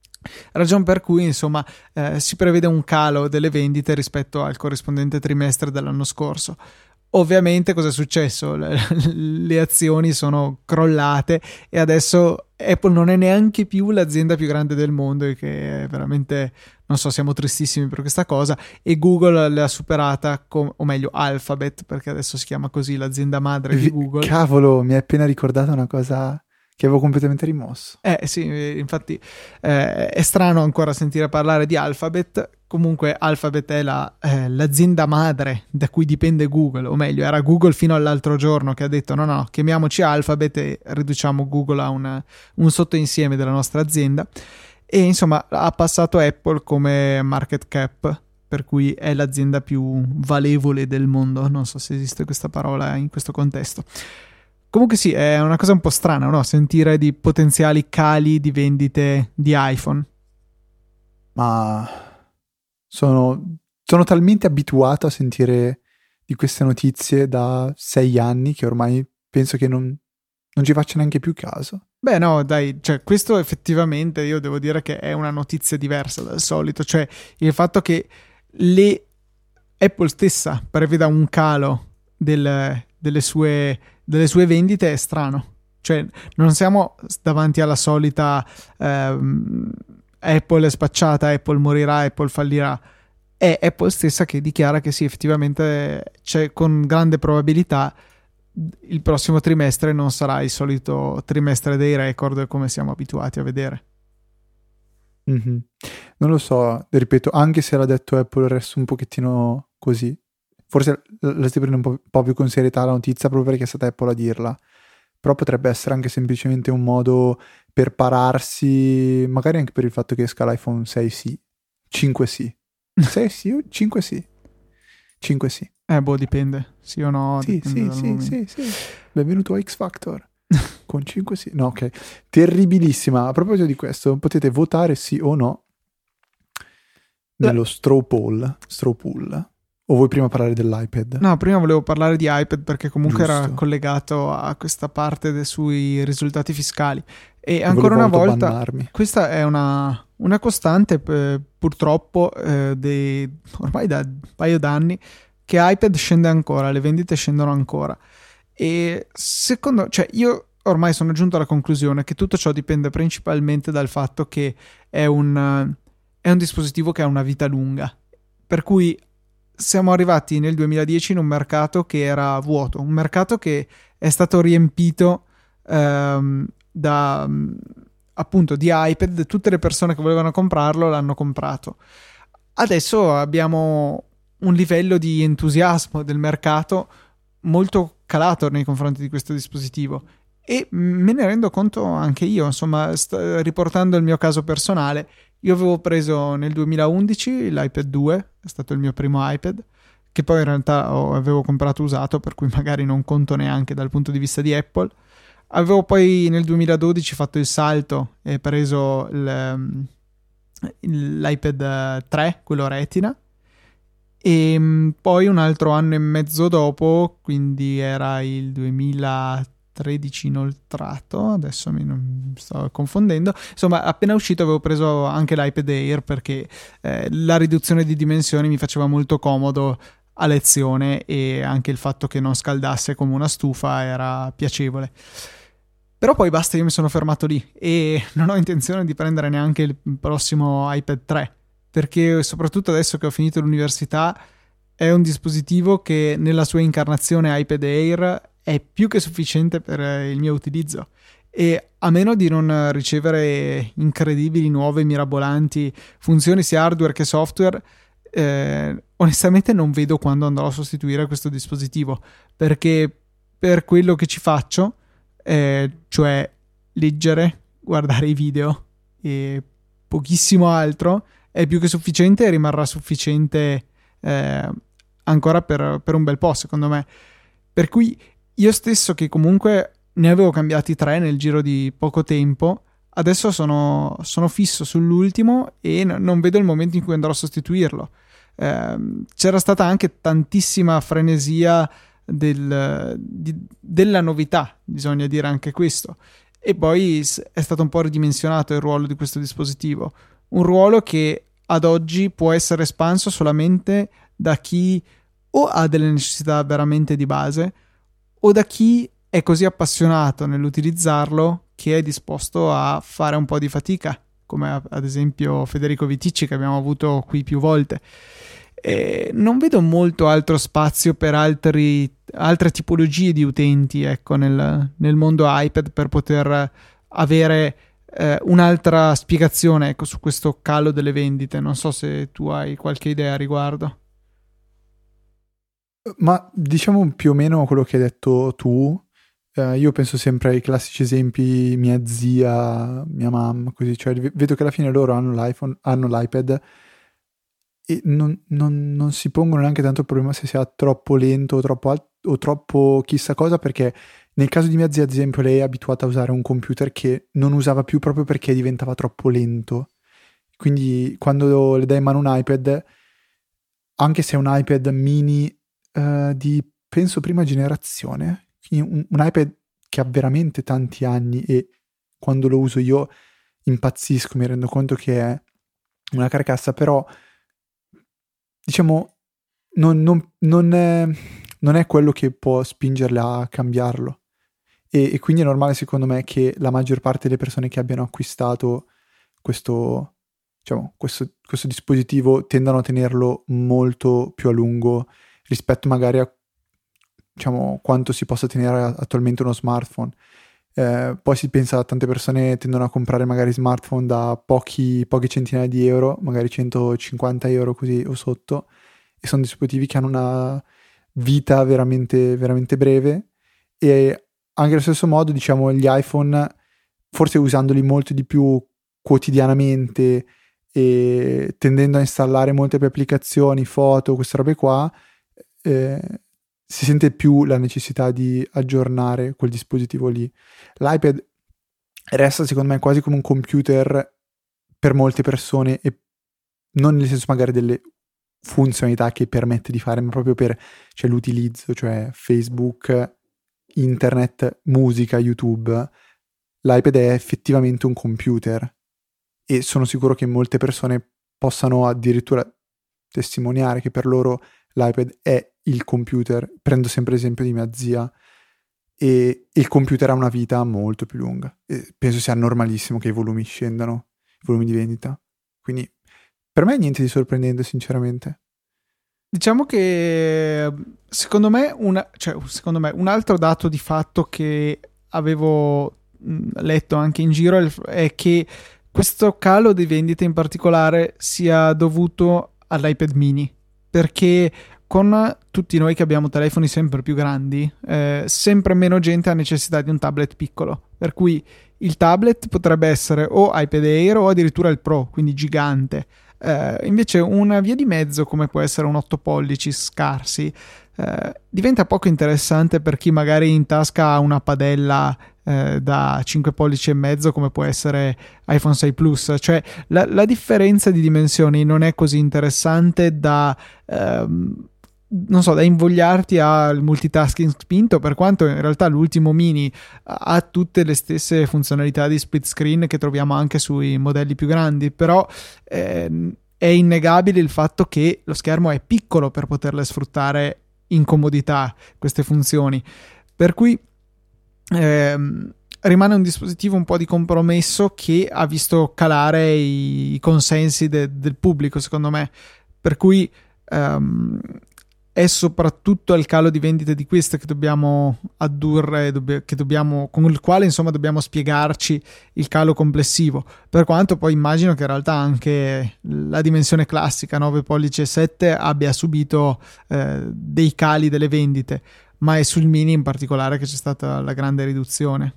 Ragion per cui insomma eh, si prevede un calo delle vendite rispetto al corrispondente trimestre dell'anno scorso. Ovviamente cosa è successo? Le, le azioni sono crollate e adesso Apple non è neanche più l'azienda più grande del mondo, e che è veramente, non so, siamo tristissimi per questa cosa, e Google l'ha superata, com- o meglio Alphabet, perché adesso si chiama così l'azienda madre di Google. Cavolo, mi hai appena ricordato una cosa che avevo completamente rimosso. Eh sì, infatti eh, è strano ancora sentire parlare di Alphabet. Comunque Alphabet è la, eh, l'azienda madre da cui dipende Google, o meglio era Google fino all'altro giorno che ha detto no no, chiamiamoci Alphabet e riduciamo Google a una, un sottoinsieme della nostra azienda, e insomma ha passato Apple come market cap, per cui è l'azienda più valevole del mondo, non so se esiste questa parola in questo contesto. Comunque sì, è una cosa un po' strana, no? Sentire di potenziali cali di vendite di iPhone. Ma sono, sono talmente abituato a sentire di queste notizie da sei anni che ormai penso che non, non ci faccia neanche più caso. Beh no, dai, cioè questo effettivamente io devo dire che è una notizia diversa dal solito, cioè il fatto che le Apple stessa preveda un calo del, delle sue... delle sue vendite è strano, cioè non siamo davanti alla solita ehm, Apple è spacciata, Apple morirà, Apple fallirà. È Apple stessa che dichiara che sì, effettivamente c'è, con grande probabilità il prossimo trimestre non sarà il solito trimestre dei record come siamo abituati a vedere. Mm-hmm. Non lo so, ripeto, anche se l'ha detto Apple resto un pochettino così forse la stai prendendo un po', un po' più con serietà la notizia proprio perché è stata Apple a dirla, però potrebbe essere anche semplicemente un modo per pararsi, magari anche per il fatto che esca l'iPhone sei sì, cinque sì, sei sì, cinque sì, cinque sì. Eh, boh, dipende, sì o no, Sì, dipende sì, dal sì, momento. sì, sì. Benvenuto a X Factor. Con cinque sì. No, ok. Terribilissima. A proposito di questo, potete votare sì o no nello straw poll. Straw poll. O vuoi prima parlare dell'iPad? No, prima volevo parlare di iPad perché comunque Giusto. era collegato a questa parte de- sui risultati fiscali. E E ancora una volevo volta, autobannarmi. questa è una, una costante, eh, purtroppo, eh, dei, ormai da un paio d'anni, che iPad scende ancora, le vendite scendono ancora. E secondo, cioè io ormai sono giunto alla conclusione che tutto ciò dipende principalmente dal fatto che è un, è un dispositivo che ha una vita lunga. Per cui siamo arrivati nel duemiladieci in un mercato che era vuoto, un mercato che è stato riempito ehm, da appunto di iPad, tutte le persone che volevano comprarlo l'hanno comprato. Adesso abbiamo un livello di entusiasmo del mercato molto calato nei confronti di questo dispositivo e me ne rendo conto anche io, insomma, st- riportando il mio caso personale. Io avevo preso nel duemilaundici l'iPad due, è stato il mio primo iPad, che poi in realtà ho, avevo comprato usato, per cui magari non conto neanche dal punto di vista di Apple. Avevo poi nel duemiladodici fatto il salto e preso il, l'iPad tre, quello Retina, e poi un altro anno e mezzo dopo, quindi era il duemilatredici inoltrato, adesso mi, non, mi sto confondendo, insomma appena uscito avevo preso anche l'iPad Air perché eh, la riduzione di dimensioni mi faceva molto comodo a lezione e anche il fatto che non scaldasse come una stufa era piacevole. Però poi basta, io mi sono fermato lì e non ho intenzione di prendere neanche il prossimo iPad tre, perché soprattutto adesso che ho finito l'università è un dispositivo che nella sua incarnazione iPad Air è più che sufficiente per il mio utilizzo, e a meno di non ricevere incredibili nuove mirabolanti funzioni sia hardware che software, eh, onestamente non vedo quando andrò a sostituire questo dispositivo, perché per quello che ci faccio, eh, cioè leggere, guardare i video e pochissimo altro, è più che sufficiente e rimarrà sufficiente eh, ancora per, per un bel po', secondo me. Per cui io stesso, che comunque ne avevo cambiati tre nel giro di poco tempo, adesso sono, sono fisso sull'ultimo e n- non vedo il momento in cui andrò a sostituirlo. Eh, c'era stata anche tantissima frenesia del, di, della novità, bisogna dire anche questo, e poi è stato un po' ridimensionato il ruolo di questo dispositivo, un ruolo che ad oggi può essere espanso solamente da chi o ha delle necessità veramente di base o da chi è così appassionato nell'utilizzarlo che è disposto a fare un po' di fatica, come ad esempio Federico Viticci, che abbiamo avuto qui più volte. E non vedo molto altro spazio per altri, altre tipologie di utenti, ecco, nel, nel mondo iPad, per poter avere eh, un'altra spiegazione, ecco, su questo calo delle vendite. Non so se tu hai qualche idea a riguardo. Ma diciamo più o meno quello che hai detto tu. Uh, io penso sempre ai classici esempi, mia zia, mia mamma, così, cioè vedo che alla fine loro hanno l'iPhone, hanno l'iPad e non, non, non si pongono neanche tanto il problema se sia troppo lento o troppo, alt- o troppo chissà cosa, perché nel caso di mia zia, ad esempio, lei è abituata a usare un computer che non usava più proprio perché diventava troppo lento. Quindi quando le dai in mano un iPad, anche se è un iPad mini uh, di, penso, prima generazione, Un, un iPad che ha veramente tanti anni, e quando lo uso io impazzisco, mi rendo conto che è una carcassa, però diciamo non, non, non, è, non è quello che può spingerla a cambiarlo, e, e quindi è normale secondo me che la maggior parte delle persone che abbiano acquistato questo, diciamo, questo, questo dispositivo tendano a tenerlo molto più a lungo rispetto magari a, diciamo, quanto si possa tenere attualmente uno smartphone. Eh, poi si pensa, tante persone tendono a comprare magari smartphone da pochi, poche centinaia di euro, magari centocinquanta euro così o sotto, e sono dispositivi che hanno una vita veramente, veramente breve, e anche allo stesso modo, diciamo, gli iPhone, forse usandoli molto di più quotidianamente e tendendo a installare molte più applicazioni, foto, queste robe qua, eh, si sente più la necessità di aggiornare quel dispositivo lì. L'iPad resta secondo me quasi come un computer per molte persone, e non nel senso magari delle funzionalità che permette di fare, ma proprio per, cioè, l'utilizzo, cioè Facebook, internet, musica, YouTube. L'iPad è effettivamente un computer, e sono sicuro che molte persone possano addirittura testimoniare che per loro l'iPad è il computer. Prendo sempre l'esempio di mia zia, e il computer ha una vita molto più lunga, e penso sia normalissimo che i volumi scendano, i volumi di vendita, quindi per me niente di sorprendente, sinceramente. Diciamo che secondo me, una, cioè, secondo me un altro dato di fatto che avevo letto anche in giro è che questo calo di vendite in particolare sia dovuto all'iPad mini, perché con tutti noi che abbiamo telefoni sempre più grandi, eh, sempre meno gente ha necessità di un tablet piccolo, per cui il tablet potrebbe essere o iPad Air o addirittura il Pro, quindi gigante. Eh, invece una via di mezzo come può essere un otto pollici scarsi eh, diventa poco interessante per chi magari in tasca ha una padella eh, da cinque pollici e mezzo come può essere iPhone sei Plus. Cioè la, la differenza di dimensioni non è così interessante da ehm, non so, da invogliarti al multitasking spinto, per quanto in realtà l'ultimo mini ha tutte le stesse funzionalità di split screen che troviamo anche sui modelli più grandi, però ehm, è innegabile il fatto che lo schermo è piccolo per poterle sfruttare in comodità queste funzioni, per cui ehm, rimane un dispositivo un po' di compromesso che ha visto calare i, i consensi de, del pubblico, secondo me, per cui ehm, è soprattutto il calo di vendite di queste che dobbiamo addurre, che dobbiamo, con il quale insomma dobbiamo spiegarci il calo complessivo, per quanto poi immagino che in realtà anche la dimensione classica nove pollici e sette abbia subito eh, dei cali delle vendite, ma è sul mini in particolare che c'è stata la grande riduzione.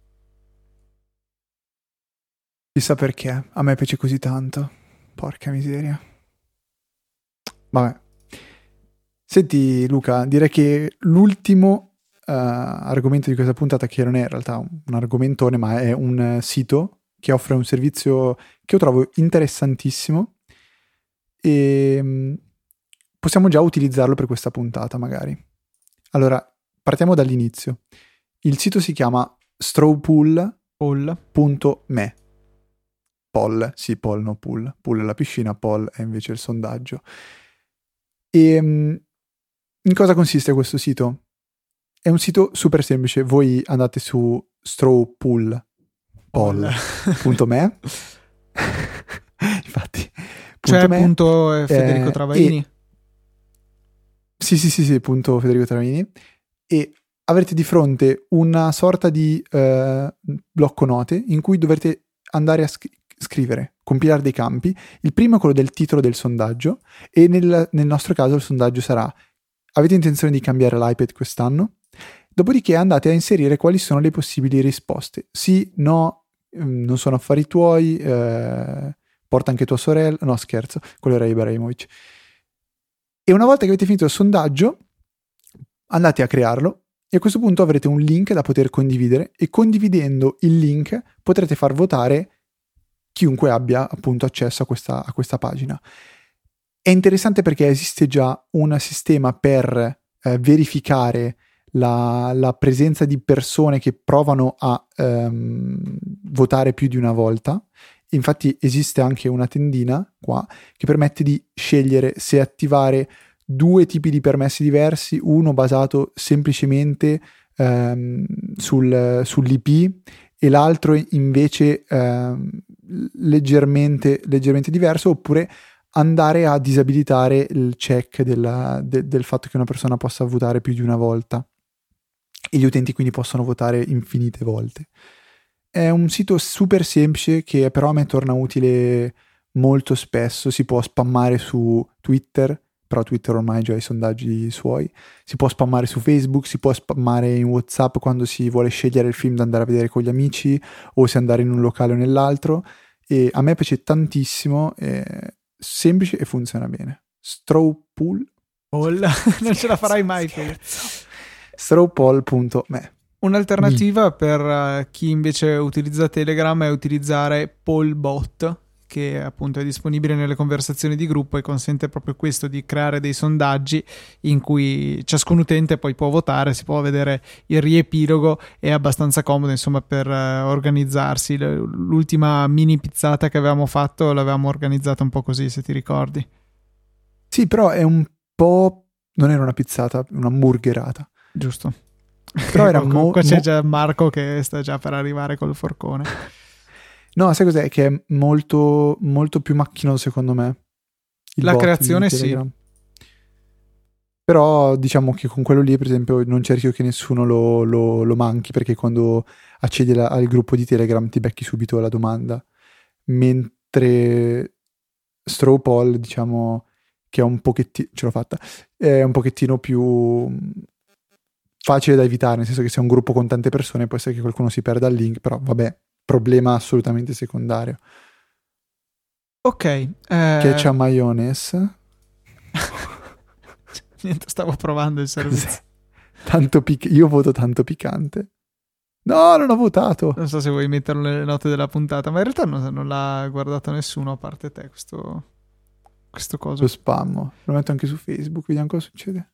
Chissà perché, a me piace così tanto, porca miseria. Vabbè. Senti Luca, direi che l'ultimo uh, argomento di questa puntata, che non è in realtà un, un argomentone, ma è un uh, sito che offre un servizio che io trovo interessantissimo, e um, possiamo già utilizzarlo per questa puntata magari. Allora, partiamo dall'inizio. Il sito si chiama strawpool punto me. Poll, sì, poll, no pool. Pool è la piscina, poll è invece il sondaggio. E um, in cosa consiste questo sito? È un sito super semplice. Voi andate su strawpool punto me infatti cioè me, punto Federico eh, Travaini e, sì sì sì sì punto Federico Travaini, e avrete di fronte una sorta di eh, blocco note in cui dovrete andare a sc- scrivere, compilare dei campi. Il primo è quello del titolo del sondaggio, e nel, nel nostro caso il sondaggio sarà: avete intenzione di cambiare l'iPad quest'anno? Dopodiché andate a inserire quali sono le possibili risposte: sì, no, non sono affari tuoi, eh, porta anche tua sorella. No, scherzo, quello era Ibrahimovic. E una volta che avete finito il sondaggio, andate a crearlo, e a questo punto avrete un link da poter condividere, e condividendo il link potrete far votare chiunque abbia appunto accesso a questa, a questa pagina. È interessante perché esiste già un sistema per eh, verificare la, la presenza di persone che provano a ehm, votare più di una volta. Infatti esiste anche una tendina qua che permette di scegliere se attivare due tipi di permessi diversi, uno basato semplicemente ehm, sul, sull'I P e l'altro invece ehm, leggermente, leggermente diverso, oppure andare a disabilitare il check della, de, del fatto che una persona possa votare più di una volta, e gli utenti quindi possono votare infinite volte. È un sito super semplice che però a me torna utile molto spesso. Si può spammare su Twitter, però Twitter ormai già ha i sondaggi suoi. Si può spammare su Facebook, si può spammare in WhatsApp quando si vuole scegliere il film da andare a vedere con gli amici o se andare in un locale o nell'altro, e a me piace tantissimo, è semplice e funziona bene. Strawpoll oh, non ce la farai mai. strawpoll punto me. Un'alternativa mm. per uh, chi invece utilizza Telegram è utilizzare Pollbot, che appunto è disponibile nelle conversazioni di gruppo e consente proprio questo, di creare dei sondaggi in cui ciascun utente poi può votare, si può vedere il riepilogo, è abbastanza comodo insomma per uh, organizzarsi. L'ultima mini pizzata che avevamo fatto l'avevamo organizzata un po' così, se ti ricordi. Sì, però è un po'... non era una pizzata, una hamburgerata. Giusto. Però era mo- qua c'è mo- già Marco che sta già per arrivare col forcone. No, sai cos'è? Che è molto, molto più macchinoso secondo me. Il La bot creazione di Telegram. sì. Però diciamo che con quello lì, per esempio, non c'è rischio che nessuno lo, lo, lo manchi, perché quando accedi la, al gruppo di Telegram ti becchi subito la domanda. Mentre Strawpoll, diciamo, che è un pochettino... ce l'ho fatta. È un pochettino più... facile da evitare, nel senso che se è un gruppo con tante persone può essere che qualcuno si perda il link, però vabbè, problema assolutamente secondario. Ok. Eh... Ketchup mayonnaise. Niente, stavo provando il servizio. Tanto pic- io voto tanto piccante. No, non ho votato. Non so se vuoi metterlo nelle note della puntata, ma in realtà non, non l'ha guardato nessuno a parte te, questo, questo coso. Lo spammo. Lo metto anche su Facebook, vediamo cosa succede.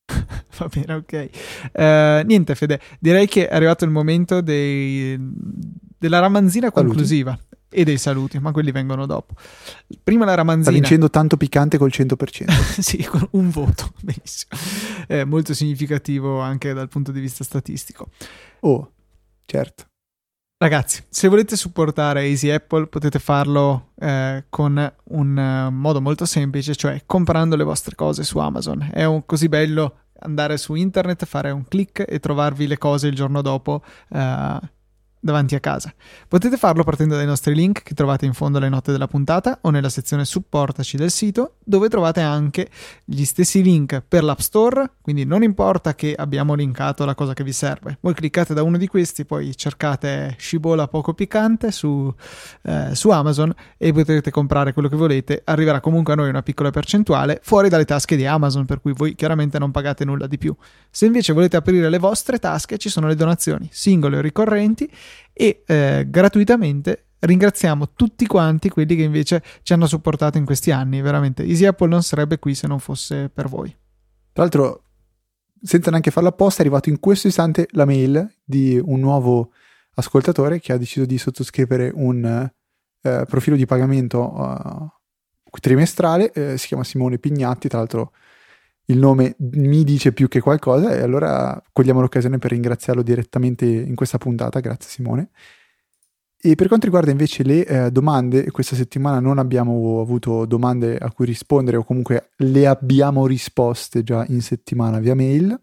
Va bene, ok. Uh, niente Fede, direi che è arrivato il momento dei, della ramanzina conclusiva. Saluti. E dei saluti, ma quelli vengono dopo. Prima la ramanzina. Sta vincendo tanto piccante col cento per cento. Sì, con un voto, benissimo. È molto significativo anche dal punto di vista statistico. Oh, certo. Ragazzi, se volete supportare Easy Apple potete farlo eh, con un uh, modo molto semplice, cioè comprando le vostre cose su Amazon. È un, così bello andare su internet, fare un click e trovarvi le cose il giorno dopo uh, davanti a casa. Potete farlo partendo dai nostri link che trovate in fondo alle note della puntata o nella sezione supportaci del sito, dove trovate anche gli stessi link per l'App Store, quindi non importa che abbiamo linkato la cosa che vi serve, voi cliccate da uno di questi, poi cercate scibola poco piccante su, eh, su Amazon e potrete comprare quello che volete. Arriverà comunque a noi una piccola percentuale fuori dalle tasche di Amazon, per cui voi chiaramente non pagate nulla di più. Se invece volete aprire le vostre tasche, ci sono le donazioni singole o ricorrenti, e eh, gratuitamente ringraziamo tutti quanti quelli che invece ci hanno supportato in questi anni. Veramente Easy Apple non sarebbe qui se non fosse per voi. Tra l'altro, senza neanche farlo apposta, è arrivato in questo istante la mail di un nuovo ascoltatore che ha deciso di sottoscrivere un eh, profilo di pagamento uh, trimestrale. Eh, si chiama Simone Pignatti, tra l'altro il nome mi dice più che qualcosa, e allora cogliamo l'occasione per ringraziarlo direttamente in questa puntata. Grazie Simone. E per quanto riguarda invece le eh, domande, questa settimana non abbiamo avuto domande a cui rispondere, o comunque le abbiamo risposte già in settimana via mail,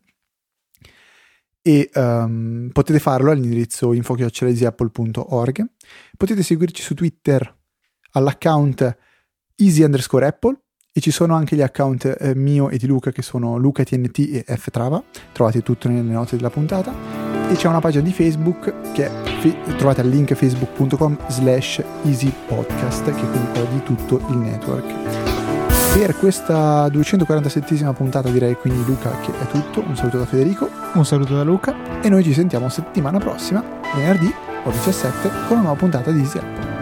e um, potete farlo all'indirizzo info chiocciola easy apple punto org. Potete seguirci su Twitter all'account easy underscore apple, e ci sono anche gli account eh, mio e di Luca, che sono lucatnt e ftrava, trovate tutto nelle note della puntata, e c'è una pagina di Facebook che fi- trovate al link facebook punto com slash easy podcast, che è quindi quella di tutto il network. Per questa duecentoquarantasettesima puntata direi quindi, Luca, che è tutto. Un saluto da Federico, un saluto da Luca, e noi ci sentiamo settimana prossima, venerdì ore diciassette, con una nuova puntata di Easy Apple.